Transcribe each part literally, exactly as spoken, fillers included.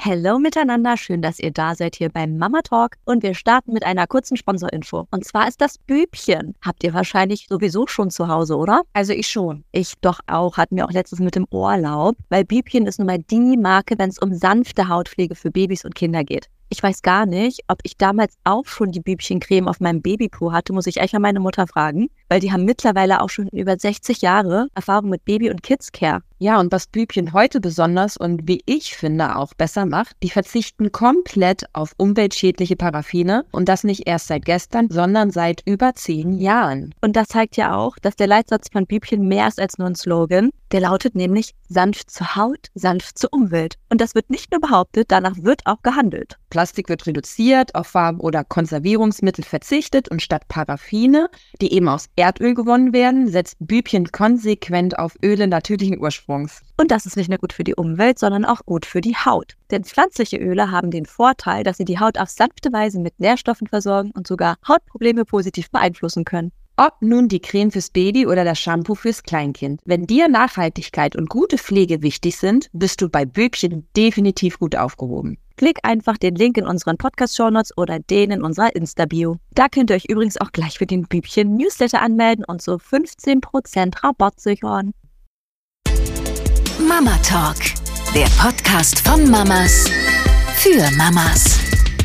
Hello miteinander, schön, dass ihr da seid hier beim Mama Talk und wir starten mit einer kurzen Sponsorinfo. Und zwar ist das Bübchen. Habt ihr wahrscheinlich sowieso schon zu Hause, oder? Also ich schon. Ich doch auch, hatten wir auch letztens mit dem Urlaub, weil Bübchen ist nun mal die Marke, wenn es um sanfte Hautpflege für Babys und Kinder geht. Ich weiß gar nicht, ob ich damals auch schon die Bübchencreme auf meinem Babypo hatte, muss ich echt mal meine Mutter fragen, weil die haben mittlerweile auch schon über sechzig Jahre Erfahrung mit Baby- und Kids-Care. Ja, und was Bübchen heute besonders und wie ich finde auch besser macht, die verzichten komplett auf umweltschädliche Paraffine und das nicht erst seit gestern, sondern seit über zehn Jahren. Und das zeigt ja auch, dass der Leitsatz von Bübchen mehr ist als nur ein Slogan. Der lautet nämlich sanft zur Haut, sanft zur Umwelt. Und das wird nicht nur behauptet, danach wird auch gehandelt. Plastik wird reduziert, auf Farben oder Konservierungsmittel verzichtet und statt Paraffine, die eben aus Erdöl gewonnen werden, setzt Bübchen konsequent auf Öle natürlichen Ursprungs. Und das ist nicht nur gut für die Umwelt, sondern auch gut für die Haut. Denn pflanzliche Öle haben den Vorteil, dass sie die Haut auf sanfte Weise mit Nährstoffen versorgen und sogar Hautprobleme positiv beeinflussen können. Ob nun die Creme fürs Baby oder das Shampoo fürs Kleinkind. Wenn dir Nachhaltigkeit und gute Pflege wichtig sind, bist du bei Bübchen definitiv gut aufgehoben. Klick einfach den Link in unseren Podcast-Shownotes oder den in unserer Insta-Bio. Da könnt ihr euch übrigens auch gleich für den Bübchen-Newsletter anmelden und so fünfzehn Prozent Rabatt sichern. Mama Talk, der Podcast von Mamas für Mamas.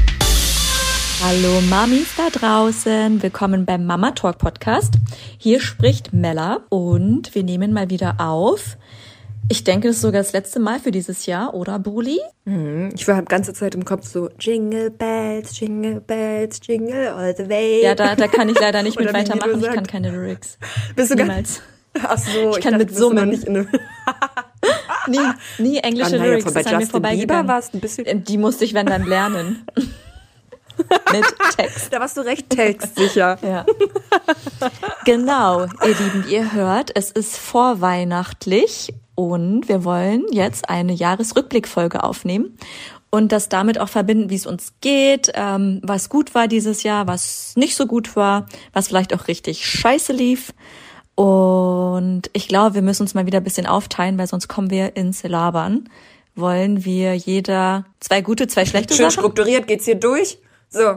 Hallo Mamis da draußen, willkommen beim Mama Talk Podcast. Hier spricht Mella und wir nehmen mal wieder auf. Ich denke, das ist sogar das letzte Mal für dieses Jahr, oder Bruli? Mhm. Ich war die ganze Zeit im Kopf so Jingle Bells, Jingle Bells, Jingle all the way. Ja, da, da kann ich leider nicht mit weitermachen, ich kann keine Lyrics. Bist du Niemals. Ach so, ich, ich kann dachte, mit Summen. Nicht in einem nie, nie englische ah, Lyrics, ja, das ist an mir vorbeigegangen. Warst ein bisschen Die musste ich, wenn dann, lernen. Mit Text. Da warst du recht textsicher. Ja. Genau, ihr Lieben, ihr hört, es ist vorweihnachtlich und wir wollen jetzt eine Jahresrückblickfolge aufnehmen und das damit auch verbinden, wie es uns geht, ähm, was gut war dieses Jahr, was nicht so gut war, was vielleicht auch richtig scheiße lief. Und ich glaube, wir müssen uns mal wieder ein bisschen aufteilen, weil sonst kommen wir ins Labern. Wollen wir jeder zwei gute, zwei schlechte Schön Sachen? strukturiert geht's hier durch. So.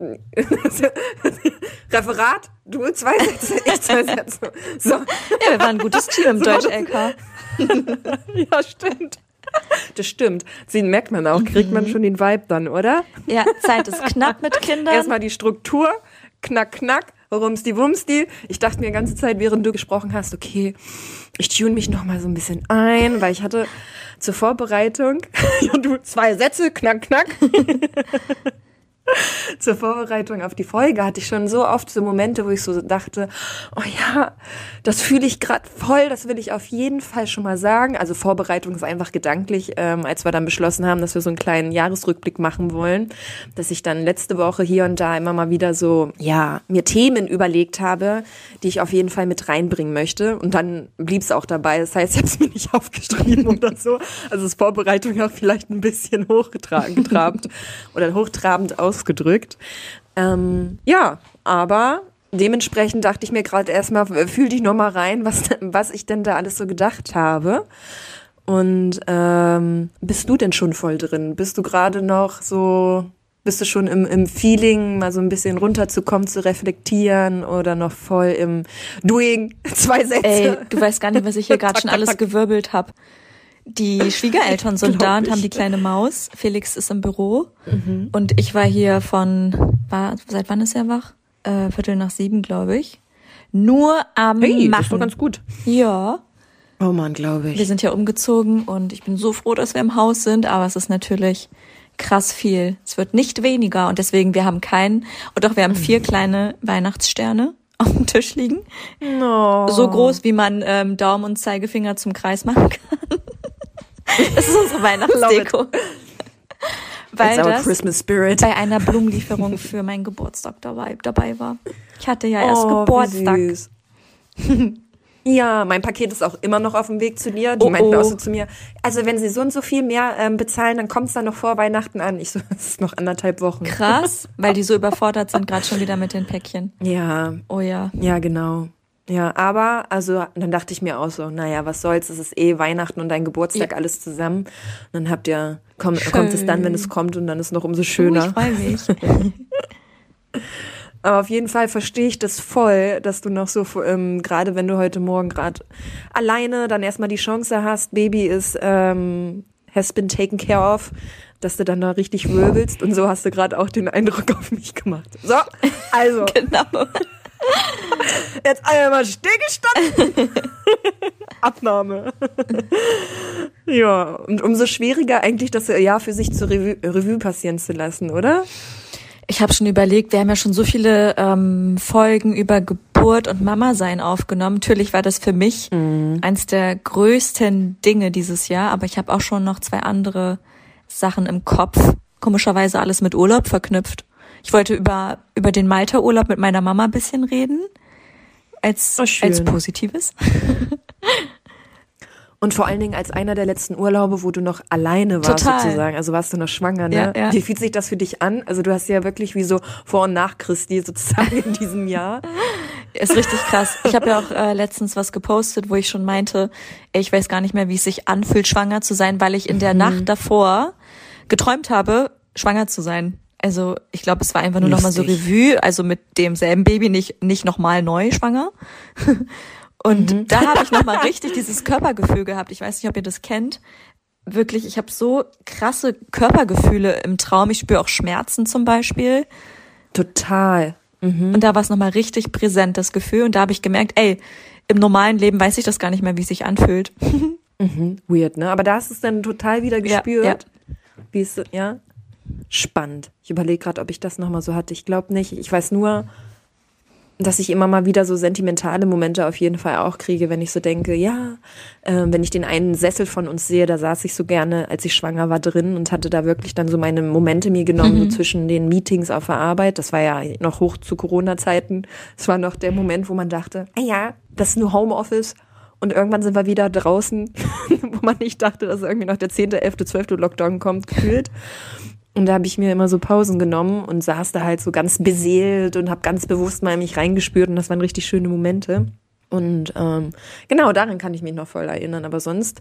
Referat, du zwei Sätze, ich zwei Sätze. So. Ja, wir waren ein gutes Team im So Deutsch-L K. Ja, stimmt. Das stimmt. Sie merkt man auch, kriegt man schon den Vibe dann, oder? Ja, Zeit ist knapp mit Kindern. Erstmal die Struktur, knack, knack, rumsti, wumsti. Ich dachte mir die ganze Zeit, während du gesprochen hast, okay, ich tune mich noch mal so ein bisschen ein, weil ich hatte zur Vorbereitung, ja, du, zwei Sätze, knack, knack. Zur Vorbereitung auf die Folge hatte ich schon so oft so Momente, wo ich so dachte, oh ja, das fühle ich gerade voll, das will ich auf jeden Fall schon mal sagen. Also Vorbereitung ist einfach gedanklich, ähm, als wir dann beschlossen haben, dass wir so einen kleinen Jahresrückblick machen wollen, dass ich dann letzte Woche hier und da immer mal wieder so, ja, mir Themen überlegt habe, die ich auf jeden Fall mit reinbringen möchte. Und dann blieb es auch dabei. Das heißt, ich habe es mir nicht aufgeschrieben oder so. Also ist Vorbereitung auch vielleicht ein bisschen hochgetragen, getrabt oder hochtrabend aus gedrückt. Ähm, ja, aber dementsprechend dachte ich mir gerade erstmal, fühl dich noch mal rein, was, was ich denn da alles so gedacht habe. Und ähm, bist du denn schon voll drin? Bist du gerade noch so, bist du schon im, im Feeling, mal so ein bisschen runterzukommen, zu reflektieren oder noch voll im Doing? Zwei Sätze. Ey, du weißt gar nicht, was ich hier gerade schon alles gewirbelt habe. Die Schwiegereltern sind da und haben die kleine Maus. Felix ist im Büro. Mhm. Und ich war hier von, war, seit wann ist er wach? Äh, Viertel nach sieben, glaube ich. Nur am hey, Machen. Das ist doch ganz gut. Ja. Oh Mann, glaube ich. Wir sind ja umgezogen und ich bin so froh, dass wir im Haus sind, aber es ist natürlich krass viel. Es wird nicht weniger und deswegen, wir haben keinen, und doch, wir haben vier kleine Weihnachtssterne auf dem Tisch liegen. No. So groß, wie man ähm, Daumen und Zeigefinger zum Kreis machen kann. Das ist unsere Weihnachtsdeko. Weil das Christmas spirit. bei einer Blumenlieferung für meinen Geburtstag dabei, dabei war. Ich hatte ja erst oh, Geburtstag. Wie süß. Ja, mein Paket ist auch immer noch auf dem Weg zu dir. Die Oh, meinten oh. auch so zu mir, also wenn sie so und so viel mehr ähm, bezahlen, dann kommt es dann noch vor Weihnachten an. Ich so, das ist noch anderthalb Wochen. Krass, weil die so überfordert sind, gerade schon wieder mit den Päckchen. Ja, Oh ja. ja, genau. Ja, aber, also, dann dachte ich mir auch so, naja, was soll's, es ist eh Weihnachten und dein Geburtstag, ja. alles zusammen. Und dann habt ihr, komm, kommt es dann, wenn es kommt und dann ist es noch umso schöner. Oh, ich freue mich. Aber auf jeden Fall verstehe ich das voll, dass du noch so, ähm, gerade wenn du heute Morgen gerade alleine dann erstmal die Chance hast, Baby ist, ähm, has been taken care of, dass du dann da richtig wirbelst und so hast du gerade auch den Eindruck auf mich gemacht. So, also. Genau. Jetzt einmal stillgestanden. Abnahme. Ja, und umso schwieriger eigentlich das Jahr für sich zur Revue, Revue passieren zu lassen, oder? Ich habe schon überlegt, wir haben ja schon so viele ähm, Folgen über Geburt und Mama-Sein aufgenommen. Natürlich war das für mich mhm. eins der größten Dinge dieses Jahr, aber ich habe auch schon noch zwei andere Sachen im Kopf. Komischerweise alles mit Urlaub verknüpft. Ich wollte über über den Malta-Urlaub mit meiner Mama ein bisschen reden, als, oh, als Positives. Und vor allen Dingen als einer der letzten Urlaube, wo du noch alleine warst, Total. sozusagen. Also warst du noch schwanger, ne? Ja, ja. Wie fühlt sich das für dich an? Also du hast ja wirklich wie so vor und nach Christi sozusagen in diesem Jahr. Ist richtig krass. Ich habe ja auch äh, letztens was gepostet, wo ich schon meinte, ey, ich weiß gar nicht mehr, wie es sich anfühlt, schwanger zu sein, weil ich in der mhm. Nacht davor geträumt habe, schwanger zu sein. Also ich glaube, es war einfach nur nochmal so Revue, also mit demselben Baby, nicht nicht nochmal neu schwanger. Und mhm. da habe ich nochmal richtig dieses Körpergefühl gehabt. Ich weiß nicht, ob ihr das kennt. Wirklich, ich habe so krasse Körpergefühle im Traum. Ich spüre auch Schmerzen zum Beispiel. Total. Mhm. Und da war es nochmal richtig präsent, das Gefühl. Und da habe ich gemerkt, ey, im normalen Leben weiß ich das gar nicht mehr, wie es sich anfühlt. Mhm. Weird, ne? Aber da hast du es dann total wieder gespürt. Ja, ja. Wie es, ja? Spannend. Ich überlege gerade, ob ich das nochmal so hatte. Ich glaube nicht. Ich weiß nur, dass ich immer mal wieder so sentimentale Momente auf jeden Fall auch kriege, wenn ich so denke, ja, äh, wenn ich den einen Sessel von uns sehe, da saß ich so gerne, als ich schwanger war, drin und hatte da wirklich dann so meine Momente mir genommen, mhm. so zwischen den Meetings auf der Arbeit. Das war ja noch hoch zu Corona-Zeiten. Das war noch der Moment, wo man dachte, ah ja, das ist nur Homeoffice. Und irgendwann sind wir wieder draußen, wo man nicht dachte, dass irgendwie noch der zehnte, elfte, zwölfte Lockdown kommt, gefühlt. Und da habe ich mir immer so Pausen genommen und saß da halt so ganz beseelt und habe ganz bewusst mal in mich reingespürt und das waren richtig schöne Momente. Und ähm, genau, daran kann ich mich noch voll erinnern. Aber sonst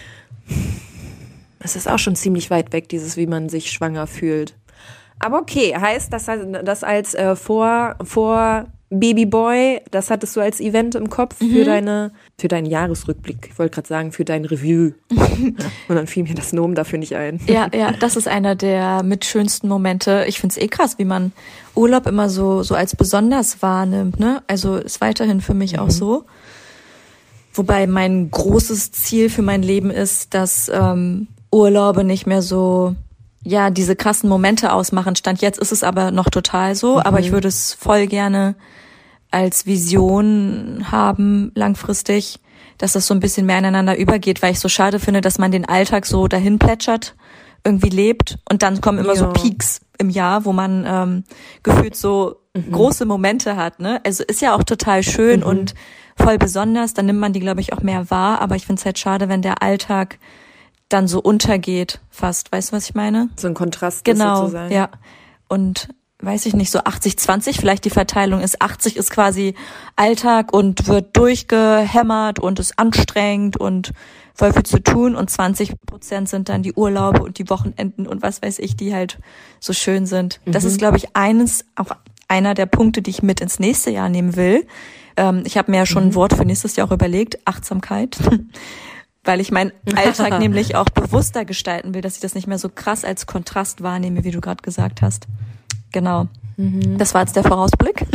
ist es auch schon ziemlich weit weg, dieses, wie man sich schwanger fühlt. Aber okay, heißt das, das als äh, vor, vor Babyboy, das hattest du als Event im Kopf mhm. für deine, für deinen Jahresrückblick. Ich wollte gerade sagen, für dein Revue. Und dann fiel mir das Nomen dafür nicht ein. Ja, ja, das ist einer der mit schönsten Momente. Ich find's eh krass, wie man Urlaub immer so, so als besonders wahrnimmt, ne? Also ist weiterhin für mich mhm. auch so. Wobei mein großes Ziel für mein Leben ist, dass ähm, Urlaube nicht mehr so, ja, diese krassen Momente ausmachen. Stand jetzt ist es aber noch total so, mhm. aber ich würde es voll gerne als Vision haben, langfristig, dass das so ein bisschen mehr ineinander übergeht, weil ich so schade finde, dass man den Alltag so dahin plätschert, irgendwie lebt und dann kommen immer ja. so Peaks im Jahr, wo man ähm, gefühlt so mhm. große Momente hat, ne? Also ist ja auch total schön mhm. und voll besonders, dann nimmt man die, glaube ich, auch mehr wahr, aber ich finde es halt schade, wenn der Alltag dann so untergeht fast, weißt du, was ich meine? So ein Kontrast genau, sozusagen. Ja. Und weiß ich nicht, so achtzig zwanzig, vielleicht die Verteilung ist, achtzig ist quasi Alltag und wird durchgehämmert und ist anstrengend und voll viel zu tun und zwanzig Prozent sind dann die Urlaube und die Wochenenden und was weiß ich, die halt so schön sind. Mhm. Das ist, glaube ich, eines, auch einer der Punkte, die ich mit ins nächste Jahr nehmen will. Ähm, ich habe mir ja schon mhm. ein Wort für nächstes Jahr auch überlegt, Achtsamkeit. Weil ich meinen Alltag nämlich auch bewusster gestalten will, dass ich das nicht mehr so krass als Kontrast wahrnehme, wie du gerade gesagt hast. Genau. Mhm. Das war jetzt der Vorausblick.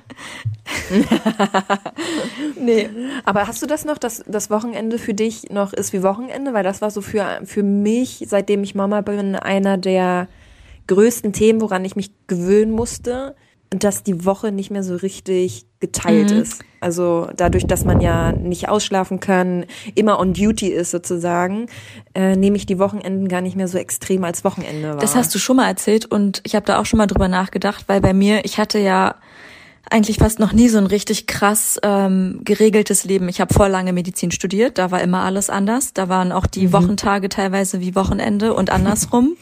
Nee. Aber hast du das noch, dass das Wochenende für dich noch ist wie Wochenende? Weil das war so für, für mich, seitdem ich Mama bin, einer der größten Themen, woran ich mich gewöhnen musste, dass die Woche nicht mehr so richtig geteilt mhm. ist. Also dadurch, dass man ja nicht ausschlafen kann, immer on duty ist sozusagen, äh, nehme ich die Wochenenden gar nicht mehr so extrem als Wochenende wahr. Das hast du schon mal erzählt und ich habe da auch schon mal drüber nachgedacht, weil bei mir, ich hatte ja eigentlich fast noch nie so ein richtig krass ähm, geregeltes Leben. Ich habe voll lange Medizin studiert, da war immer alles anders. Da waren auch die mhm. Wochentage teilweise wie Wochenende und andersrum.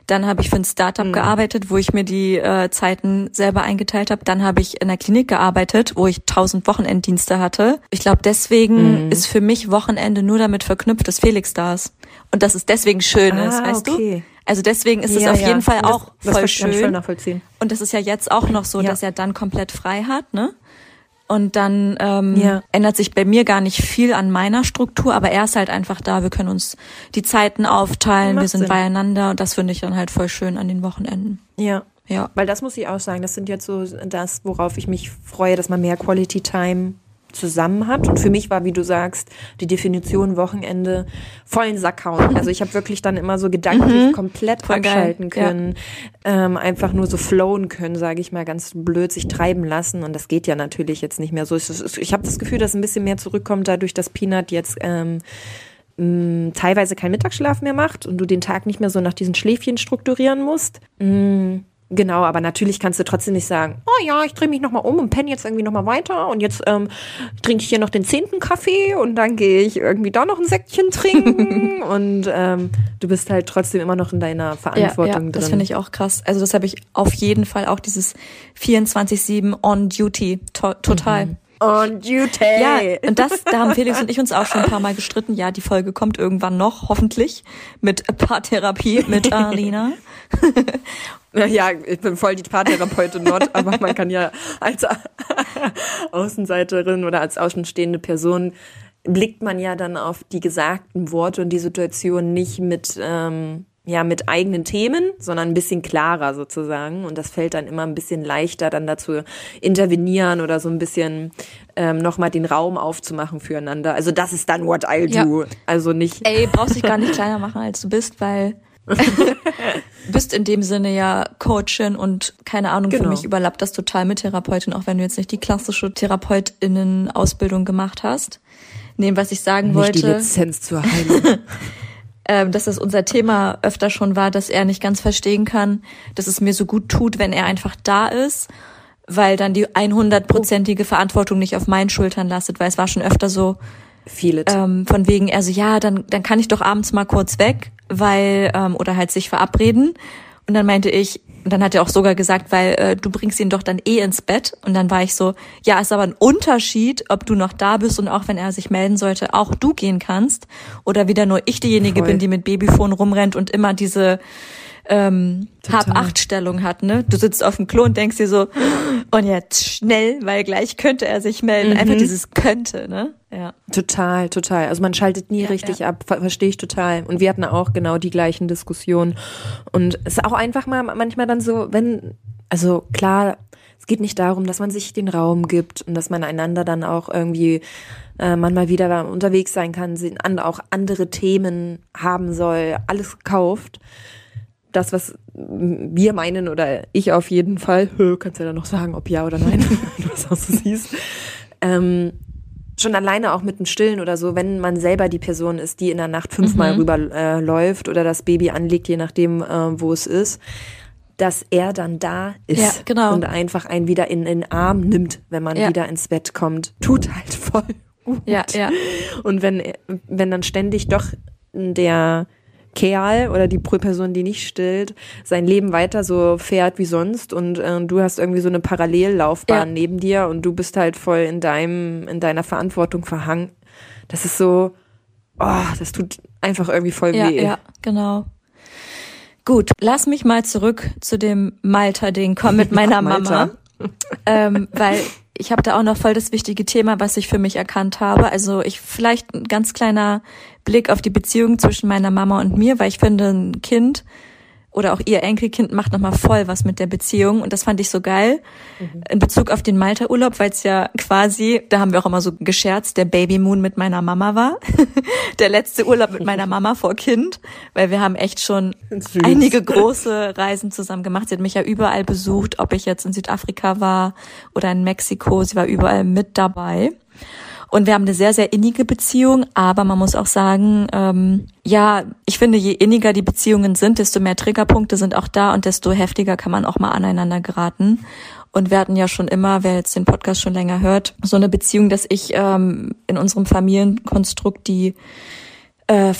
Dann habe ich für ein Startup mhm. gearbeitet, wo ich mir die äh, Zeiten selber eingeteilt habe. Dann habe ich in der Klinik gearbeitet, wo ich tausend Wochenenddienste hatte. Ich glaube, deswegen mhm. ist für mich Wochenende nur damit verknüpft, dass Felix da ist. Und dass es deswegen schön ist, ah, weißt okay. du? Also deswegen ist ja, es auf ja. jeden Fall das, auch das voll schön. schön. Nachvollziehen. Und das ist ja jetzt auch noch so, ja. dass er dann komplett frei hat, ne? Und dann ähm, ja. ändert sich bei mir gar nicht viel an meiner Struktur, aber er ist halt einfach da. Wir können uns die Zeiten aufteilen, Macht wir sind Sinn. beieinander und das finde ich dann halt voll schön an den Wochenenden. Ja. Ja. Weil das muss ich auch sagen, das sind jetzt so das, worauf ich mich freue, dass man mehr Quality Time zusammen hat. Und für mich war, wie du sagst, die Definition Wochenende vollen Sack hauen. Also ich habe wirklich dann immer so gedanklich Mhm. komplett Voll abschalten geil. können, ja. ähm, einfach nur so flowen können, sage ich mal, ganz blöd sich treiben lassen. Und das geht ja natürlich jetzt nicht mehr so. Ich, ich habe das Gefühl, dass ein bisschen mehr zurückkommt, dadurch, dass Peanut jetzt ähm, mh, teilweise keinen Mittagsschlaf mehr macht und du den Tag nicht mehr so nach diesen Schläfchen strukturieren musst. Mh, Genau, aber natürlich kannst du trotzdem nicht sagen, oh ja, ich drehe mich nochmal um und penne jetzt irgendwie nochmal weiter und jetzt ähm, trinke ich hier noch den zehnten Kaffee und dann gehe ich irgendwie da noch ein Säckchen trinken und ähm, du bist halt trotzdem immer noch in deiner Verantwortung ja, ja, drin. Das finde ich auch krass. Also das habe ich auf jeden Fall auch dieses vierundzwanzig sieben on duty, to- total. Mhm. On duty. Ja, und das, da haben Felix und ich uns auch schon ein paar Mal gestritten. Ja, die Folge kommt irgendwann noch, hoffentlich, mit Paartherapie mit Alina. Ja, ich bin voll die Paartherapeutin not, aber man kann ja als Außenseiterin oder als außenstehende Person blickt man ja dann auf die gesagten Worte und die Situation nicht mit ähm, ja mit eigenen Themen, sondern ein bisschen klarer sozusagen. Und das fällt dann immer ein bisschen leichter, dann dazu intervenieren oder so ein bisschen ähm, nochmal den Raum aufzumachen füreinander. Also das ist dann what I'll Ja. do. Also nicht. Ey, brauchst dich gar nicht kleiner machen, als du bist, weil du bist in dem Sinne ja Coachin und keine Ahnung, Genau. für mich überlappt das total mit Therapeutin, auch wenn du jetzt nicht die klassische TherapeutInnen-Ausbildung gemacht hast. Nee, was ich sagen Nicht wollte. die Lizenz zur Heilung. ähm, dass das unser Thema öfter schon war, dass er nicht ganz verstehen kann, dass es mir so gut tut, wenn er einfach da ist, weil dann die hundertprozentige Verantwortung nicht auf meinen Schultern lastet, weil es war schon öfter so, Viele. ähm, von wegen, also ja, dann dann kann ich doch abends mal kurz weg, weil, ähm, oder halt sich verabreden. Und dann meinte ich, und dann hat er auch sogar gesagt, weil äh, du bringst ihn doch dann eh ins Bett. Und dann war ich so, ja, ist aber ein Unterschied, ob du noch da bist und auch wenn er sich melden sollte, auch du gehen kannst. Oder wieder nur ich diejenige Voll. bin, die mit Babyphone rumrennt und immer diese ähm, Hab-Acht-Stellung hat, ne? Du sitzt auf dem Klo und denkst dir so, und jetzt schnell, weil gleich könnte er sich melden. Mhm. Einfach dieses könnte, ne? Ja. Total, total. Also man schaltet nie Ja, richtig ja. ab, ver verstehe ich total. Und wir hatten auch genau die gleichen Diskussionen. Und es ist auch einfach mal manchmal dann so, wenn, also klar, es geht nicht darum, dass man sich den Raum gibt und dass man einander dann auch irgendwie äh, man mal wieder unterwegs sein kann, an, auch andere Themen haben soll, alles gekauft. Das, was wir meinen oder ich auf jeden Fall, hö, kannst ja dann noch sagen, ob ja oder nein, wenn du das auch so siehst, ähm, schon alleine auch mit dem Stillen oder so, wenn man selber die Person ist, die in der Nacht fünfmal Mhm. rüber äh, läuft oder das Baby anlegt, je nachdem, äh, wo es ist, dass er dann da ist Ja, genau. und einfach einen wieder in den Arm nimmt, wenn man Ja. wieder ins Bett kommt. Tut halt voll gut. Ja, ja. Und wenn, wenn dann ständig doch der Kerl oder die Person, die nicht stillt, sein Leben weiter so fährt wie sonst und äh, du hast irgendwie so eine Parallellaufbahn Ja. neben dir und du bist halt voll in deinem, in deiner Verantwortung verhangen. Das ist so, oh, das tut einfach irgendwie voll Ja, weh. ja, genau. Gut, lass mich mal zurück zu dem Malta-Ding kommen mit meiner Malta. Mama. ähm, weil ich habe da auch noch voll das wichtige Thema, was ich für mich erkannt habe. Also ich vielleicht ein ganz kleiner Blick auf die Beziehung zwischen meiner Mama und mir, weil ich finde, ein Kind oder auch ihr Enkelkind macht nochmal voll was mit der Beziehung und das fand ich so geil in Bezug auf den Malta-Urlaub, weil es ja quasi, da haben wir auch immer so gescherzt, der Babymoon mit meiner Mama war. Der letzte Urlaub mit meiner Mama vor Kind, weil wir haben echt schon Süß. einige große Reisen zusammen gemacht. Sie hat mich ja überall besucht, ob ich jetzt in Südafrika war oder in Mexiko, sie war überall mit dabei. Und wir haben eine sehr, sehr innige Beziehung, aber man muss auch sagen, ähm, ja, ich finde, je inniger die Beziehungen sind, desto mehr Triggerpunkte sind auch da und desto heftiger kann man auch mal aneinander geraten. Und wir hatten ja schon immer, wer jetzt den Podcast schon länger hört, so eine Beziehung, dass ich ähm, in unserem Familienkonstrukt die äh,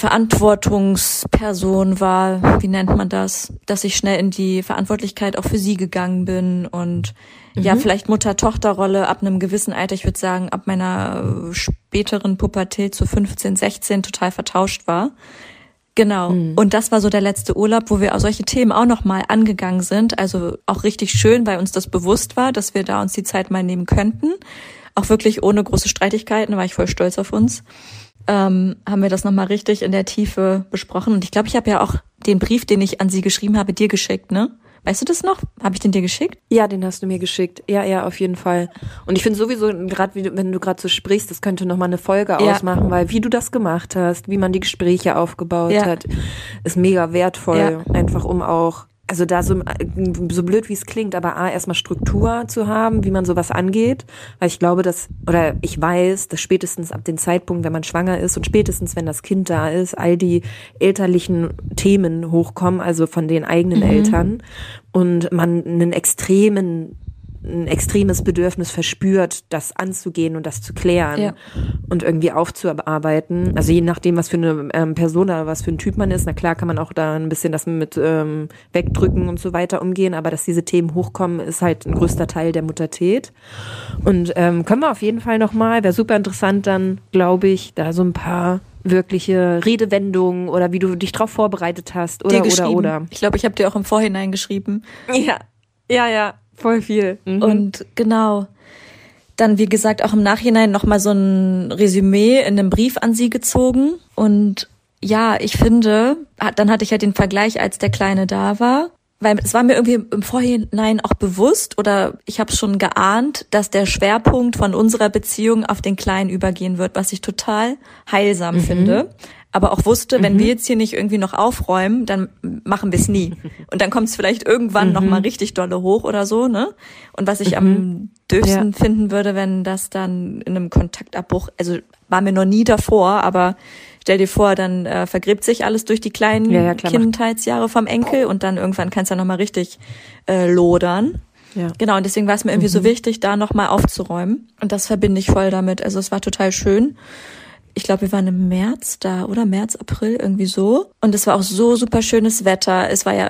Verantwortungsperson war, wie nennt man das, dass ich schnell in die Verantwortlichkeit auch für sie gegangen bin und mhm. ja, vielleicht Mutter-Tochter-Rolle ab einem gewissen Alter, ich würde sagen, ab meiner späteren Pubertät zu fünfzehn, sechzehn total vertauscht war. Genau. Mhm. Und das war so der letzte Urlaub, wo wir auch solche Themen auch nochmal angegangen sind. Also auch richtig schön, weil uns das bewusst war, dass wir da uns die Zeit mal nehmen könnten. Auch wirklich ohne große Streitigkeiten, da war ich voll stolz auf uns. Ähm, haben wir das nochmal richtig in der Tiefe besprochen. Und ich glaube, ich habe ja auch den Brief, den ich an sie geschrieben habe, dir geschickt, ne? Weißt du das noch? Habe ich den dir geschickt? Ja, den hast du mir geschickt. Ja, ja, auf jeden Fall. Und ich finde sowieso, gerade wenn du gerade so sprichst, das könnte nochmal eine Folge ja. ausmachen, weil wie du das gemacht hast, wie man die Gespräche aufgebaut ja. hat, ist mega wertvoll. Ja. Einfach um auch, also da so, so blöd wie es klingt, aber A, erstmal Struktur zu haben, wie man sowas angeht. Weil ich glaube, dass, oder ich weiß, dass spätestens ab dem Zeitpunkt, wenn man schwanger ist und spätestens, wenn das Kind da ist, all die elterlichen Themen hochkommen, also von den eigenen mhm. Eltern. Und man einen extremen ein extremes Bedürfnis verspürt, das anzugehen und das zu klären ja. und irgendwie aufzuarbeiten. Also je nachdem, was für eine ähm, Person oder was für ein Typ man ist, na klar kann man auch da ein bisschen das mit ähm, wegdrücken und so weiter umgehen, aber dass diese Themen hochkommen, ist halt ein größter Teil der Muttertät. Und ähm, können wir auf jeden Fall nochmal, wäre super interessant dann, glaube ich, da so ein paar wirkliche Redewendungen oder wie du dich drauf vorbereitet hast oder oder oder. Ich glaube, ich habe dir auch im Vorhinein geschrieben. Ja, ja, ja. Voll viel. Mhm. Und genau, dann wie gesagt auch im Nachhinein nochmal so ein Resümee in einem Brief an sie gezogen. Und ja, ich finde, dann hatte ich ja den Vergleich, als der Kleine da war. Weil es war mir irgendwie im Vorhinein auch bewusst oder ich habe schon geahnt, dass der Schwerpunkt von unserer Beziehung auf den Kleinen übergehen wird, was ich total heilsam mhm. finde. Aber auch wusste, wenn mhm. wir jetzt hier nicht irgendwie noch aufräumen, dann machen wir es nie. Und dann kommt es vielleicht irgendwann mhm. nochmal richtig dolle hoch oder so, ne? Und was ich mhm. am döfsten ja. finden würde, wenn das dann in einem Kontaktabbruch, also war mir noch nie davor, aber stell dir vor, dann äh, vergräbt sich alles durch die kleinen ja, ja, Kindheitsjahre vom Enkel und dann irgendwann kann es ja nochmal richtig äh, lodern. Ja. Genau, und deswegen war es mir irgendwie mhm. so wichtig, da nochmal aufzuräumen. Und das verbinde ich voll damit. Also es war total schön. Ich glaube, wir waren im März da, oder? März, April, irgendwie so. Und es war auch so super schönes Wetter. Es war ja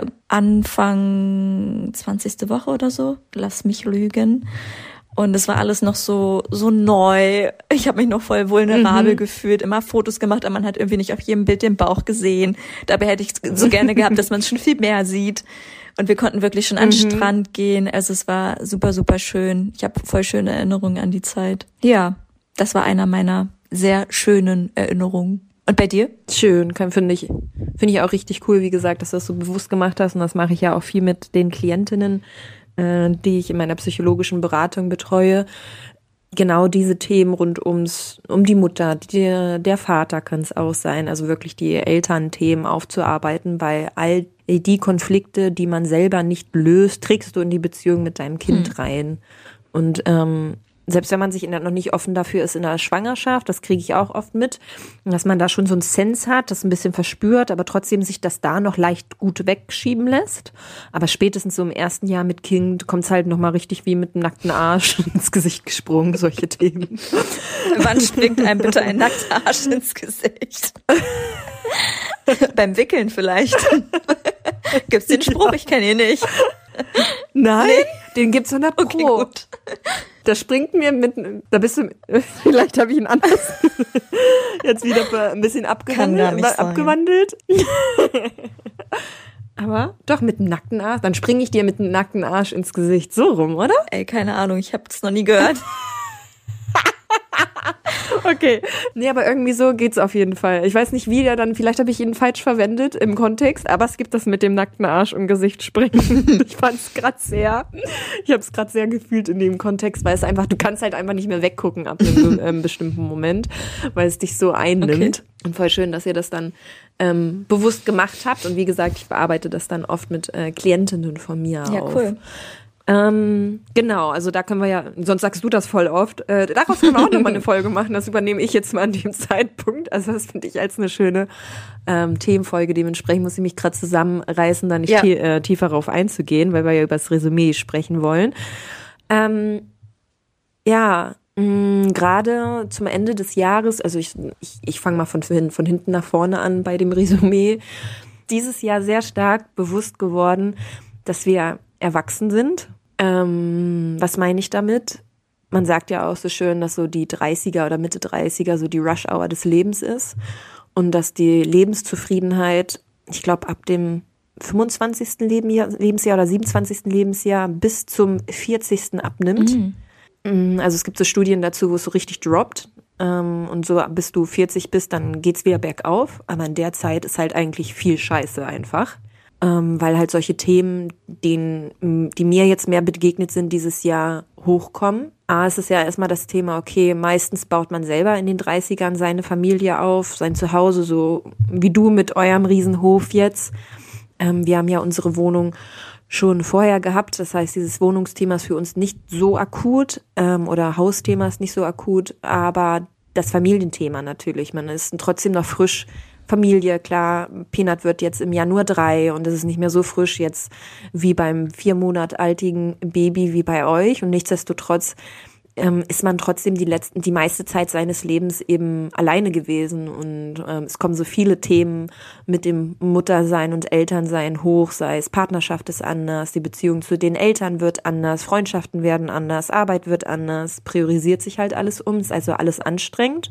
Anfang zwanzigste Woche oder so. Lass mich lügen. Und es war alles noch so so neu. Ich habe mich noch voll vulnerabel mhm. gefühlt, immer Fotos gemacht, aber man hat irgendwie nicht auf jedem Bild den Bauch gesehen. Dabei hätte ich so gerne gehabt, dass man es schon viel mehr sieht. Und wir konnten wirklich schon an den mhm. Strand gehen. Also es war super, super schön. Ich habe voll schöne Erinnerungen an die Zeit. Ja, das war einer meiner sehr schönen Erinnerungen. Und bei dir? Schön, finde ich, finde ich auch richtig cool, wie gesagt, dass du das so bewusst gemacht hast. Und das mache ich ja auch viel mit den Klientinnen, äh, die ich in meiner psychologischen Beratung betreue. Genau diese Themen rund ums, um die Mutter, die, der Vater kann es auch sein. Also wirklich die Elternthemen aufzuarbeiten, weil all die Konflikte, die man selber nicht löst, trägst du in die Beziehung mit deinem Kind hm. rein. Und ähm, selbst wenn man sich in der, noch nicht offen dafür ist in der Schwangerschaft, das kriege ich auch oft mit, dass man da schon so einen Sense hat, das ein bisschen verspürt, aber trotzdem sich das da noch leicht gut wegschieben lässt. Aber spätestens so im ersten Jahr mit Kind kommt es halt nochmal richtig wie mit einem nackten Arsch ins Gesicht gesprungen, solche Themen. Wann springt einem bitte ein nackter Arsch ins Gesicht? Beim Wickeln vielleicht. Gibt's den Spruch? Ich kenne ihn nicht. Nein, nee? Den gibt's hundert Pro. Okay, gut. Da springt mir mit, da bist du, vielleicht habe ich ihn anders jetzt wieder ein bisschen abgewandelt. abgewandelt. Aber doch mit einem nackten Arsch, dann springe ich dir mit einem nackten Arsch ins Gesicht. So rum, oder? Ey, keine Ahnung, ich habe das noch nie gehört. Okay. Nee, aber irgendwie so geht's auf jeden Fall. Ich weiß nicht, wie der dann, vielleicht habe ich ihn falsch verwendet im Kontext, aber es gibt das mit dem nackten Arsch im Gesicht springen. Ich fand's gerade sehr, ich habe es gerade sehr gefühlt in dem Kontext, weil es einfach, du kannst halt einfach nicht mehr weggucken ab einem ähm, bestimmten Moment, weil es dich so einnimmt. Okay. Und voll schön, dass ihr das dann ähm, bewusst gemacht habt. Und wie gesagt, ich bearbeite das dann oft mit äh, Klientinnen von mir ja, auf. Cool. Ähm, genau, also da können wir ja, sonst sagst du das voll oft, äh, daraus können wir auch nochmal eine Folge machen, das übernehme ich jetzt mal an dem Zeitpunkt, also das finde ich als eine schöne ähm, Themenfolge, dementsprechend muss ich mich gerade zusammenreißen, da nicht ja. tie- äh, tiefer darauf einzugehen, weil wir ja über das Resümee sprechen wollen. Ähm, ja, Gerade zum Ende des Jahres, also ich, ich, ich fange mal von, von hinten nach vorne an bei dem Resümee, dieses Jahr sehr stark bewusst geworden, dass wir erwachsen sind. Ähm, was meine ich damit? Man sagt ja auch so schön, dass so die dreißiger oder Mitte dreißiger so die Rush-Hour des Lebens ist und dass die Lebenszufriedenheit, ich glaube, ab dem fünfundzwanzigsten Lebensjahr, Lebensjahr oder siebenundzwanzigsten Lebensjahr bis zum vierzigsten abnimmt. Mhm. Also es gibt so Studien dazu, wo es so richtig droppt. Und so bis du vierzig bist, dann geht's wieder bergauf. Aber in der Zeit ist halt eigentlich viel Scheiße einfach. Weil halt solche Themen, denen, die mir jetzt mehr begegnet sind, dieses Jahr hochkommen. A, es ist ja erstmal das Thema, okay, meistens baut man selber in den dreißigern seine Familie auf, sein Zuhause, so wie du mit eurem Riesenhof jetzt. Wir haben ja unsere Wohnung schon vorher gehabt. Das heißt, dieses Wohnungsthema ist für uns nicht so akut ähm, oder Hausthema ist nicht so akut, aber das Familienthema natürlich. Man ist trotzdem noch frisch Familie, klar. Peanut wird jetzt im Januar drei und es ist nicht mehr so frisch jetzt wie beim vier Monat altigen Baby wie bei euch und nichtsdestotrotz ähm, ist man trotzdem die letzten, die meiste Zeit seines Lebens eben alleine gewesen und ähm, es kommen so viele Themen mit dem Muttersein und Elternsein hoch, sei es Partnerschaft ist anders, die Beziehung zu den Eltern wird anders, Freundschaften werden anders, Arbeit wird anders, priorisiert sich halt alles um, ist also alles anstrengend.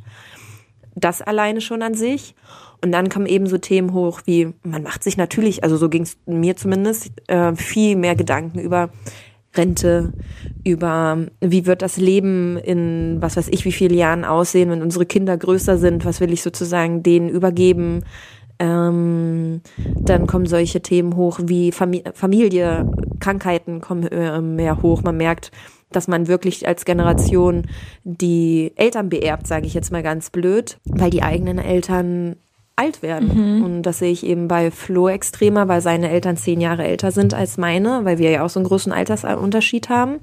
Das alleine schon an sich. Und dann kommen eben so Themen hoch wie, man macht sich natürlich, also so ging es mir zumindest, äh, viel mehr Gedanken über Rente, über wie wird das Leben in, was weiß ich, wie viele Jahren aussehen, wenn unsere Kinder größer sind, was will ich sozusagen denen übergeben. Ähm, dann kommen solche Themen hoch wie Familie, Familie Krankheiten kommen äh, mehr hoch. Man merkt, dass man wirklich als Generation die Eltern beerbt, sage ich jetzt mal ganz blöd, weil die eigenen Eltern alt werden. Mhm. Und das sehe ich eben bei Flo extremer, weil seine Eltern zehn Jahre älter sind als meine, weil wir ja auch so einen großen Altersunterschied haben.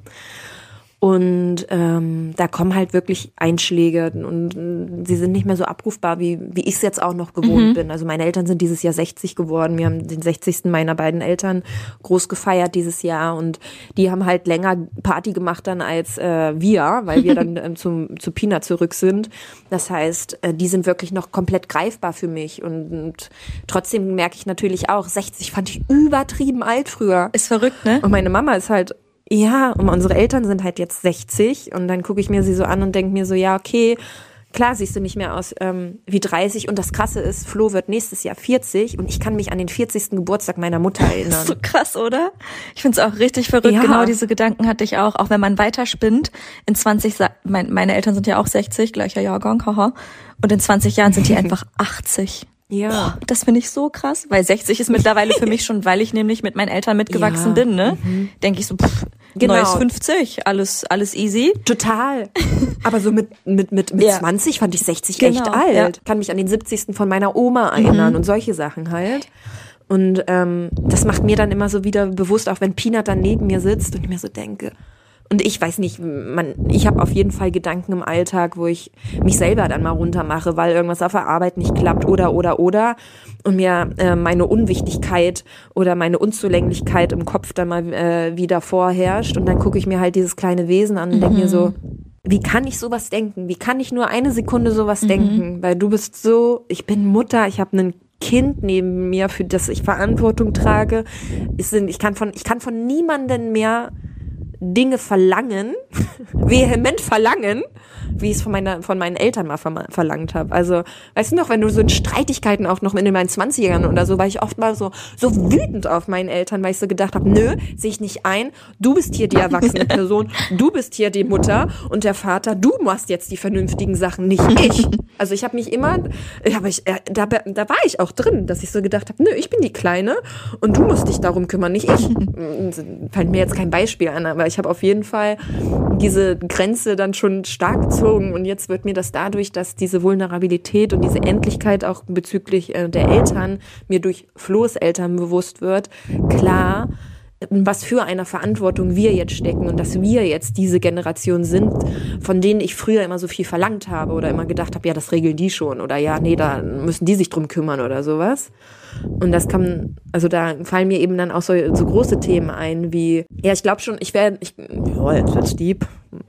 Und ähm, da kommen halt wirklich Einschläge und äh, sie sind nicht mehr so abrufbar, wie wie ich es jetzt auch noch gewohnt mhm. bin. Also meine Eltern sind dieses Jahr sechzig geworden. Wir haben den sechzigsten meiner beiden Eltern groß gefeiert dieses Jahr und die haben halt länger Party gemacht dann als äh, wir, weil wir dann ähm, zum zu Pina zurück sind. Das heißt, äh, die sind wirklich noch komplett greifbar für mich und, und trotzdem merke ich natürlich auch, sechzig fand ich übertrieben alt früher. Ist verrückt, ne? Und meine Mama ist halt ja, und unsere Eltern sind halt jetzt sechzig und dann gucke ich mir sie so an und denke mir so, ja, okay, klar siehst du nicht mehr aus ähm, wie dreißig und das Krasse ist, Flo wird nächstes Jahr vierzig und ich kann mich an den vierzigsten Geburtstag meiner Mutter erinnern. Das ist so krass, oder? Ich find's auch richtig verrückt, ja. Genau diese Gedanken hatte ich auch, auch wenn man weiterspinnt, in zwanzig, mein, meine Eltern sind ja auch sechzig, gleicher Jahrgang, haha, und in zwanzig Jahren sind die einfach achtzig. Ja. Boah, das finde ich so krass, weil sechzig ist mittlerweile für mich schon, weil ich nämlich mit meinen Eltern mitgewachsen ja. bin, ne? Mhm. Denke ich so, pff, genau. Neues fünfzig, alles alles easy. Total. Aber so mit mit mit mit ja. zwanzig fand ich sechzig genau. echt alt. Ja. Kann mich an den siebzigsten von meiner Oma erinnern mhm. und solche Sachen halt. Und ähm, das macht mir dann immer so wieder bewusst, auch wenn Peanut dann neben mir sitzt und ich mir so denke, und ich weiß nicht, man, ich habe auf jeden Fall Gedanken im Alltag, wo ich mich selber dann mal runtermache, weil irgendwas auf der Arbeit nicht klappt oder, oder, oder. Und mir äh, meine Unwichtigkeit oder meine Unzulänglichkeit im Kopf dann mal äh, wieder vorherrscht. Und dann gucke ich mir halt dieses kleine Wesen an und mhm. denke mir so, wie kann ich sowas denken? Wie kann ich nur eine Sekunde sowas mhm. denken? Weil du bist so, ich bin Mutter, ich habe einen Kind neben mir, für das ich Verantwortung trage. Ich kann von, ich kann von niemandem mehr Dinge verlangen, vehement verlangen, wie ich es von meiner, von meinen Eltern mal ver- verlangt habe. Also, weißt du noch, wenn du so in Streitigkeiten auch noch in meinen zwanzigern oder so, war ich oft mal so, so wütend auf meinen Eltern, weil ich so gedacht habe, nö, sehe ich nicht ein, du bist hier die erwachsene Person, du bist hier die Mutter und der Vater, du machst jetzt die vernünftigen Sachen, nicht ich. Also ich habe mich immer, aber ich, äh, da, da war ich auch drin, dass ich so gedacht habe, nö, ich bin die Kleine und du musst dich darum kümmern, nicht ich. Fällt mir jetzt kein Beispiel an, aber ich habe auf jeden Fall diese Grenze dann schon stark gezogen und jetzt wird mir das dadurch, dass diese Vulnerabilität und diese Endlichkeit auch bezüglich äh, der Eltern mir durch Flo's Eltern bewusst wird, klar, was für eine Verantwortung wir jetzt stecken und dass wir jetzt diese Generation sind, von denen ich früher immer so viel verlangt habe oder immer gedacht habe, ja, das regeln die schon oder ja, nee, da müssen die sich drum kümmern oder sowas. Und das kann, also da fallen mir eben dann auch so, so große Themen ein wie, ja, ich glaube schon, ich werde, ich, ja, jetzt wird's deep,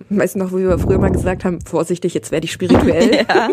Weißt du noch, wo wir früher mal gesagt haben, vorsichtig, jetzt werde ich spirituell. Ja.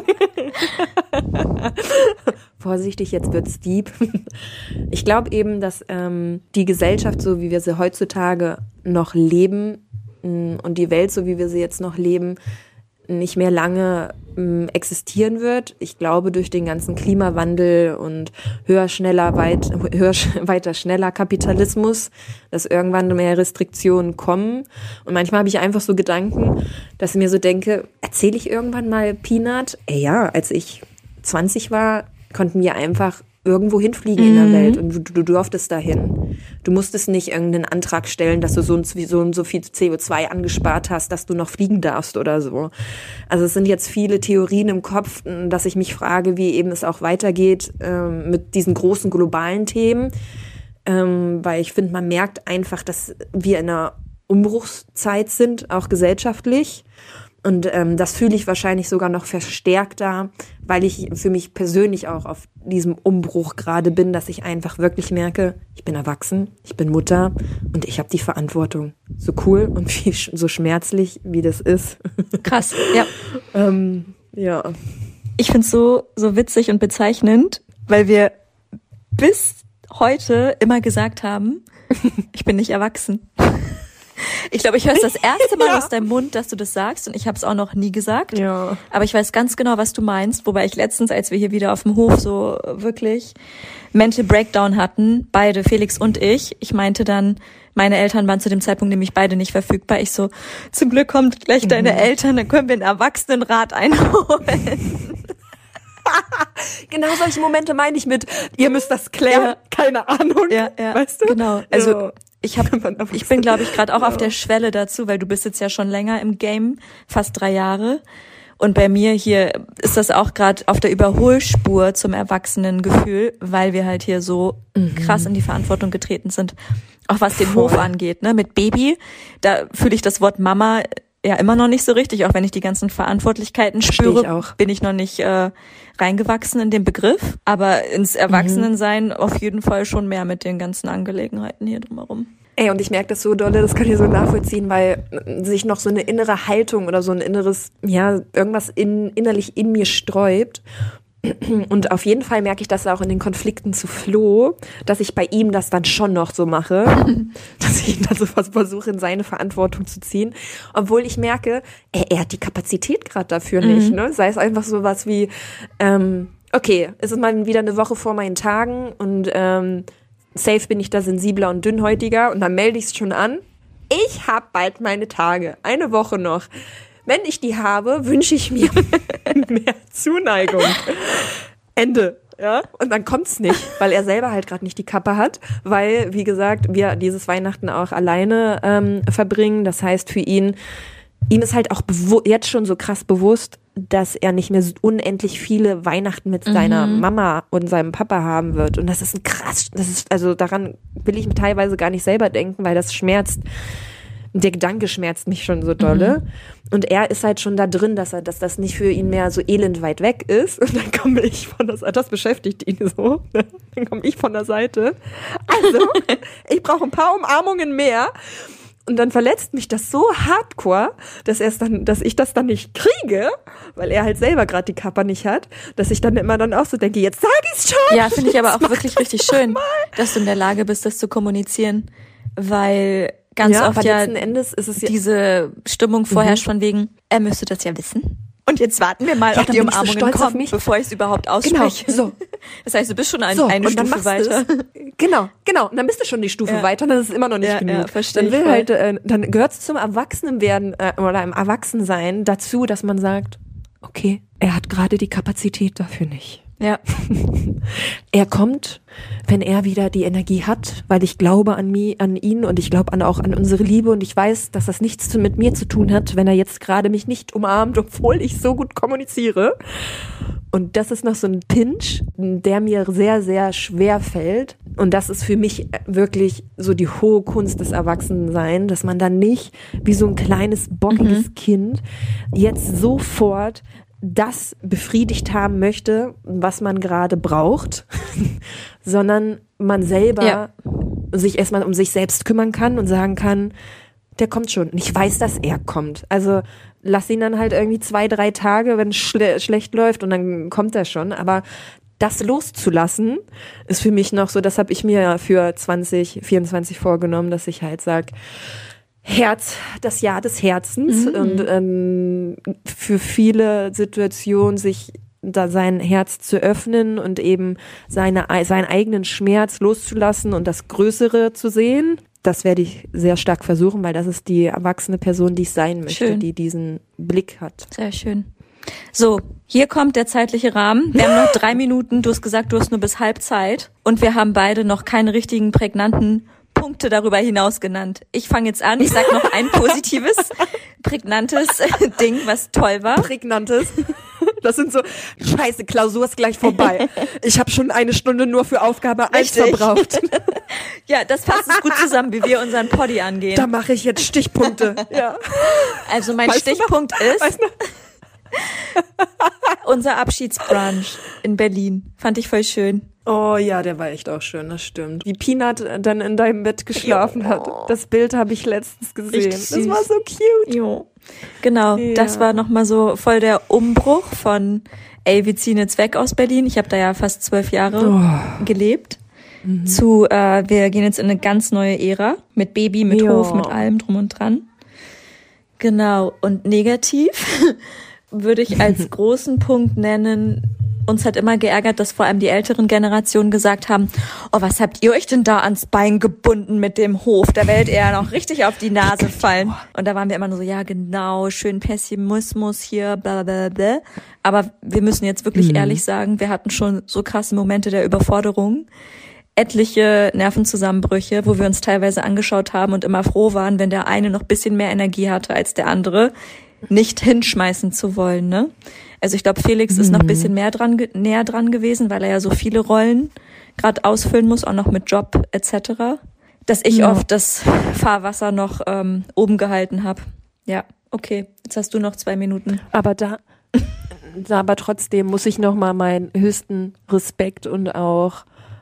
Vorsichtig, jetzt wird's deep. Ich glaube eben, dass ähm, die Gesellschaft, so wie wir sie heutzutage noch leben mh, und die Welt, so wie wir sie jetzt noch leben, nicht mehr lange mh, existieren wird. Ich glaube, durch den ganzen Klimawandel und höher, schneller, weit, höher, weiter, schneller Kapitalismus, dass irgendwann mehr Restriktionen kommen. Und manchmal habe ich einfach so Gedanken, dass ich mir so denke, erzähle ich irgendwann mal Peanut? Ey, ja, als ich zwanzig war, konnten wir einfach irgendwo hinfliegen mhm. in der Welt und du, du durftest dahin. Du musstest nicht irgendeinen Antrag stellen, dass du so und so, und so viel C O zwei angespart hast, dass du noch fliegen darfst oder so. Also es sind jetzt viele Theorien im Kopf, dass ich mich frage, wie eben es auch weitergeht ähm, mit diesen großen globalen Themen, ähm, weil ich finde, man merkt einfach, dass wir in einer Umbruchszeit sind, auch gesellschaftlich. Und ähm, das fühle ich wahrscheinlich sogar noch verstärkter, weil ich für mich persönlich auch auf diesem Umbruch gerade bin, dass ich einfach wirklich merke, ich bin erwachsen, ich bin Mutter und ich habe die Verantwortung. So cool und wie, so schmerzlich, wie das ist. Krass, ja. ähm, ja. Ich find's so, so witzig und bezeichnend, weil wir bis heute immer gesagt haben, ich bin nicht erwachsen. Ich glaube, ich höre es das erste Mal ja. aus deinem Mund, dass du das sagst und ich habe es auch noch nie gesagt. Ja. Aber ich weiß ganz genau, was du meinst, wobei ich letztens, als wir hier wieder auf dem Hof so wirklich Mental Breakdown hatten, beide, Felix und ich, ich meinte dann, meine Eltern waren zu dem Zeitpunkt nämlich beide nicht verfügbar. Ich so, zum Glück kommt gleich mhm. deine Eltern, dann können wir einen Erwachsenenrat einholen. Genau solche Momente meine ich mit, ihr müsst das klären, ja. keine Ahnung, ja, ja. weißt du? Genau, also ja. ich hab, ich bin, glaube ich, gerade auch ja. auf der Schwelle dazu, weil du bist jetzt ja schon länger im Game, fast drei Jahre. Und bei mir hier ist das auch gerade auf der Überholspur zum Erwachsenengefühl, weil wir halt hier so mhm. krass in die Verantwortung getreten sind. Auch was den Voll. Hof angeht, ne? Mit Baby, da fühle ich das Wort Mama ja immer noch nicht so richtig, auch wenn ich die ganzen Verantwortlichkeiten spüre, ich auch. bin ich noch nicht äh, reingewachsen in den Begriff. Aber ins Erwachsenensein mhm. auf jeden Fall schon mehr mit den ganzen Angelegenheiten hier drumherum. Ey, und ich merke das so dolle, das kann ich so nachvollziehen, weil sich noch so eine innere Haltung oder so ein inneres, ja, irgendwas in, innerlich in mir sträubt. Und auf jeden Fall merke ich das auch in den Konflikten zu Flo, dass ich bei ihm das dann schon noch so mache, dass ich ihn dann so versuche, in seine Verantwortung zu ziehen, obwohl ich merke, er, er hat die Kapazität gerade dafür mhm. nicht, ne? Sei es einfach so was wie, ähm, okay, es ist mal wieder eine Woche vor meinen Tagen und ähm, safe bin ich da sensibler und dünnhäutiger und dann melde ich es schon an. Ich habe bald meine Tage, eine Woche noch. Wenn ich die habe, wünsche ich mir mehr Zuneigung. Ende. Ja? Und dann kommt's nicht, weil er selber halt gerade nicht die Kappe hat, weil, wie gesagt, wir dieses Weihnachten auch alleine ähm, verbringen. Das heißt für ihn, ihm ist halt auch bewu- jetzt schon so krass bewusst, dass er nicht mehr so unendlich viele Weihnachten mit mhm. seiner Mama und seinem Papa haben wird. Und das ist ein krass, das ist, also daran will ich mir teilweise gar nicht selber denken, weil das schmerzt. Der Gedanke schmerzt mich schon so dolle. Mhm. Und er ist halt schon da drin, dass er, dass das nicht für ihn mehr so elend weit weg ist. Und dann komme ich von der Seite, das beschäftigt ihn so. Dann komme ich von der Seite. Also, ich brauche ein paar Umarmungen mehr. Und dann verletzt mich das so hardcore, dass er es dann, dass ich das dann nicht kriege, weil er halt selber gerade die Kappa nicht hat, dass ich dann immer dann auch so denke, jetzt sag ich's schon. Ja, finde ich aber auch wirklich richtig schön, mal. Dass du in der Lage bist, das zu kommunizieren, weil ganz ja, oft ja, Endes ist es ja diese Stimmung vorherrscht mhm. von wegen, er müsste das ja wissen. Und jetzt warten wir mal, ja, ob die Umarmungen so kommen, bevor ich es überhaupt ausspreche. Genau, so. Das heißt, du bist schon ein, so, eine Stufe weiter. Genau, genau. Und dann bist du schon die Stufe ja. weiter und dann ist es immer noch nicht ja, genug. Ja, verstehe dann will ich halt, äh, dann gehört es zum Erwachsenenwerden äh, oder im Erwachsensein dazu, dass man sagt, okay, er hat gerade die Kapazität dafür nicht. Ja. Er kommt, wenn er wieder die Energie hat, weil ich glaube an mich, an ihn und ich glaube an, auch an unsere Liebe und ich weiß, dass das nichts mit mir zu tun hat, wenn er jetzt gerade mich nicht umarmt, obwohl ich so gut kommuniziere. Und das ist noch so ein Pinch, der mir sehr, sehr schwer fällt. Und das ist für mich wirklich so die hohe Kunst des Erwachsenseins, dass man dann nicht wie so ein kleines, bockiges mhm. Kind jetzt sofort das befriedigt haben möchte, was man gerade braucht, sondern man selber ja. sich erstmal um sich selbst kümmern kann und sagen kann, der kommt schon. Und ich weiß, dass er kommt. Also lass ihn dann halt irgendwie zwei, drei Tage, wenn es schle- schlecht läuft und dann kommt er schon. Aber das loszulassen ist für mich noch so, das habe ich mir für zwanzig vierundzwanzig vorgenommen, dass ich halt sage, Herz, das Jahr des Herzens mhm. und ähm, für viele Situationen sich da sein Herz zu öffnen und eben seine, seinen eigenen Schmerz loszulassen und das Größere zu sehen. Das werde ich sehr stark versuchen, weil das ist die erwachsene Person, die ich sein möchte, Schön. Die diesen Blick hat. Sehr schön. So, hier kommt der zeitliche Rahmen. Wir haben noch drei Minuten. Du hast gesagt, du hast nur bis halb Zeit. Und wir haben beide noch keine richtigen prägnanten Punkte darüber hinaus genannt. Ich fange jetzt an. Ich sag noch ein positives, prägnantes Ding, was toll war. Prägnantes. Das sind so, scheiße, Klausur ist gleich vorbei. Ich habe schon eine Stunde nur für Aufgabe eins verbraucht. Ja, das fasst es gut zusammen, wie wir unseren Poddy angehen. Da mache ich jetzt Stichpunkte. Ja. Also mein weißt Stichpunkt ist unser Abschiedsbrunch in Berlin. Fand ich voll schön. Oh ja, der war echt auch schön, das stimmt. Wie Peanut dann in deinem Bett geschlafen jo. hat. Das Bild habe ich letztens gesehen. Das war so cute. Jo. Genau, ja. Das war nochmal so voll der Umbruch von, ey, wir ziehen jetzt weg aus Berlin. Ich habe da ja fast zwölf Jahre oh. gelebt. Mhm. Zu, äh, wir gehen jetzt in eine ganz neue Ära. Mit Baby, mit jo. Hof, mit allem drum und dran. Genau, und negativ würde ich als großen Punkt nennen, uns hat immer geärgert, dass vor allem die älteren Generationen gesagt haben, oh, was habt ihr euch denn da ans Bein gebunden mit dem Hof? Da werdet ihr ja noch richtig auf die Nase fallen. Und da waren wir immer nur so, ja genau, schön Pessimismus hier, bla bla bla. Aber wir müssen jetzt wirklich mhm. ehrlich sagen, wir hatten schon so krasse Momente der Überforderung. Etliche Nervenzusammenbrüche, wo wir uns teilweise angeschaut haben und immer froh waren, wenn der eine noch ein bisschen mehr Energie hatte als der andere, nicht hinschmeißen zu wollen, ne? Also ich glaube, Felix mhm. ist noch ein bisschen mehr dran, näher dran gewesen, weil er ja so viele Rollen gerade ausfüllen muss, auch noch mit Job et cetera. Dass ich ja. oft das Fahrwasser noch ähm, oben gehalten habe. Ja, okay, jetzt hast du noch zwei Minuten. Aber da, da aber trotzdem muss ich noch mal meinen höchsten Respekt und auch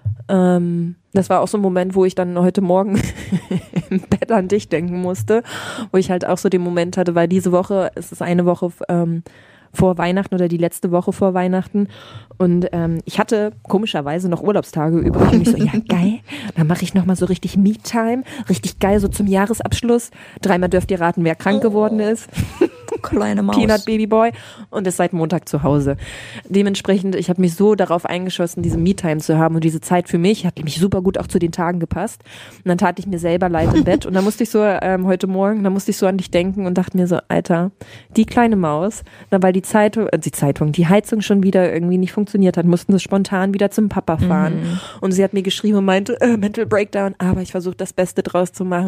ähm, das war auch so ein Moment, wo ich dann heute Morgen im Bett an dich denken musste, wo ich halt auch so den Moment hatte, weil diese Woche, es ist eine Woche ähm, vor Weihnachten oder die letzte Woche vor Weihnachten und ähm, ich hatte komischerweise noch Urlaubstage übrig und ich so, ja geil, dann mache ich nochmal so richtig Me-Time, richtig geil, so zum Jahresabschluss. Dreimal dürft ihr raten, wer krank geworden ist. Kleine Maus. Peanut Babyboy und ist seit Montag zu Hause. Dementsprechend, ich habe mich so darauf eingeschossen, diese Me-Time zu haben und diese Zeit für mich, hat mich super gut auch zu den Tagen gepasst. Und dann tat ich mir selber leid im Bett und dann musste ich so, ähm, heute Morgen, da musste ich so an dich denken und dachte mir so, Alter, die kleine Maus, na, weil die Zeitung, äh, die Zeitung, die Heizung schon wieder irgendwie nicht funktioniert hat, mussten sie spontan wieder zum Papa fahren. Mhm. Und sie hat mir geschrieben und meinte, äh, Mental Breakdown, aber ich versuche das Beste draus zu machen.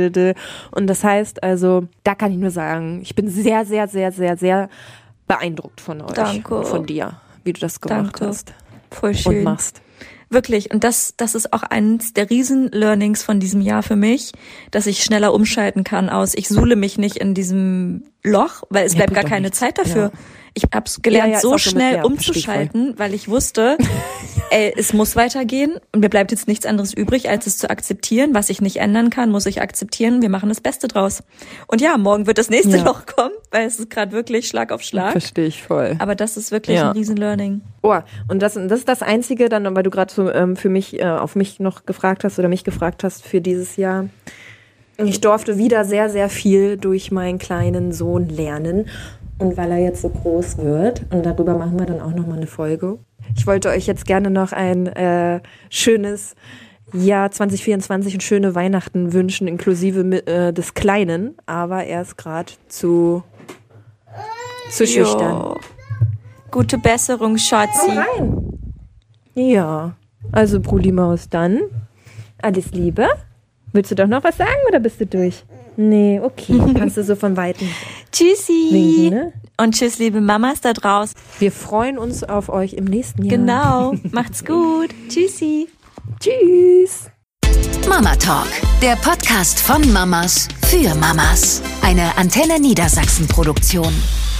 Und das heißt also, da kann ich nur sagen, ich bin sehr, sehr, sehr, sehr, sehr beeindruckt von euch, Danke. Von dir, wie du das gemacht Danke. hast. Voll schön. Und machst. Wirklich. Und das, das ist auch eines der Riesen-Learnings von diesem Jahr für mich, dass ich schneller umschalten kann aus, ich suhle mich nicht in diesem Loch, weil es Ja, bleibt gar keine nichts. Zeit dafür. Ja. Ich hab's gelernt, Ja, ja, ist so auch so schnell mit- ja, umzuschalten, weil ich wusste, ey, es muss weitergehen und mir bleibt jetzt nichts anderes übrig, als es zu akzeptieren. Was ich nicht ändern kann, muss ich akzeptieren. Wir machen das Beste draus. Und ja, morgen wird das nächste Ja. Loch kommen, weil es ist gerade wirklich Schlag auf Schlag. Verstehe ich voll. Aber das ist wirklich Ja. ein Riesen-Learning. Oh, und das, das ist das Einzige, dann, weil du gerade so ähm, für mich, äh, auf mich noch gefragt hast oder mich gefragt hast für dieses Jahr. Ich durfte wieder sehr, sehr viel durch meinen kleinen Sohn lernen. Und weil er jetzt so groß wird, und darüber machen wir dann auch nochmal eine Folge. Ich wollte euch jetzt gerne noch ein äh, schönes Jahr zwanzig vierundzwanzig und schöne Weihnachten wünschen, inklusive äh, des Kleinen. Aber er ist gerade zu, zu schüchtern. Jo. Gute Besserung, Schatzi. Rein. Ja, also Brudi Maus, dann alles Liebe. Willst du doch noch was sagen oder bist du durch? Nee, okay, kannst du so von Weitem Tschüssi. winken, ne? Und tschüss, liebe Mamas da draußen. Wir freuen uns auf euch im nächsten Jahr. Genau. Macht's gut. Tschüssi. Tschüss. Mama Talk, der Podcast von Mamas für Mamas. Eine Antenne Niedersachsen Produktion.